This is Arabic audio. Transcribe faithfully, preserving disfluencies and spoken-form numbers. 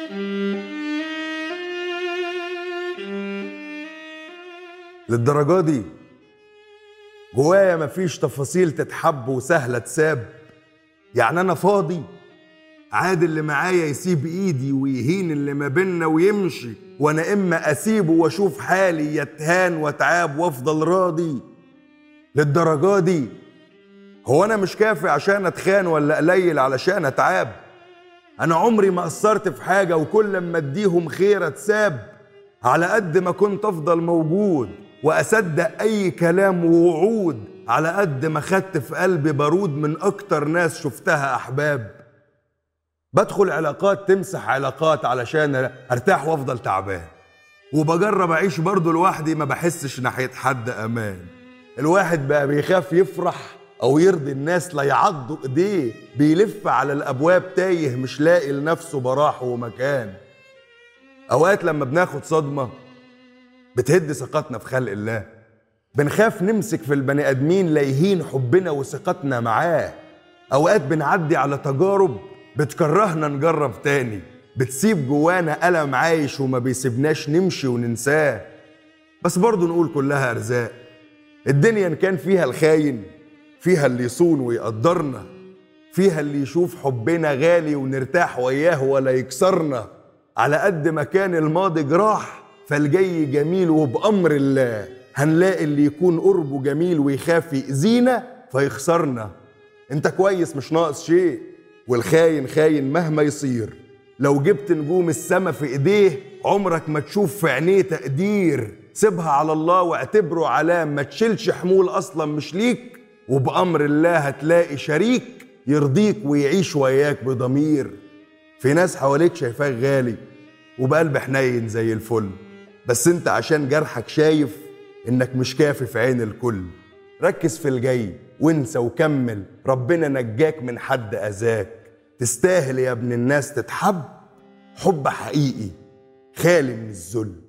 للدرجة دي جوايا مفيش تفاصيل تتحب وسهلة تساب. يعني أنا فاضي عادي اللي معايا يسيب إيدي ويهين اللي ما بينا ويمشي، وأنا إما أسيبه وأشوف حالي يتهان وأتعاب وأفضل راضي. للدرجة دي هو أنا مش كافي عشان أتخان ولا قليل علشان أتعاب؟ أنا عمري ما قصرت في حاجة وكل ما أديهم خير أتساب. على قد ما كنت أفضل موجود وأصدق أي كلام ووعود، على قد ما خدت في قلبي بارود من أكتر ناس شفتها أحباب. بدخل علاقات تمسح علاقات علشان أرتاح وأفضل تعبان، وبجرب أعيش برضو لوحدي ما بحسش ناحية حد أمان. الواحد بقى بيخاف يفرح أو يرضي الناس لا يعضوا إيديه، بيلف على الأبواب تايه مش لاقي لنفسه براح ومكان. أوقات لما بناخد صدمة بتهد ثقتنا في خلق الله، بنخاف نمسك في البني آدمين لا يهين حبنا وثقتنا معاه. أوقات بنعدي على تجارب بتكرهنا نجرب تاني، بتسيب جوانا ألم عايش وما بيسيبناش نمشي وننساه. بس برضو نقول كلها أرزاق. الدنيا إن كان فيها الخاين فيها اللي يصون ويقدرنا، فيها اللي يشوف حبنا غالي ونرتاح وياه ولا يكسرنا. على قد ما كان الماضي جراح فالجاي جميل، وبأمر الله هنلاقي اللي يكون قربه جميل ويخاف يأذينا فيخسرنا. انت كويس مش ناقص شيء، والخاين خاين مهما يصير. لو جبت نجوم السما في ايديه عمرك ما تشوف في عينيه تقدير. سيبها على الله واعتبره علام، ما تشيلش حمول اصلا مش ليك، وبأمر الله هتلاقي شريك يرضيك ويعيش وياك بضمير. في ناس حواليك شايفاك غالي وبقلب حنين زي الفل، بس انت عشان جرحك شايف انك مش كافي في عين الكل. ركز في الجاي وانسى وكمل، ربنا نجاك من حد اذاك. تستاهل يا ابن الناس تتحب حب حقيقي خالي من الذل.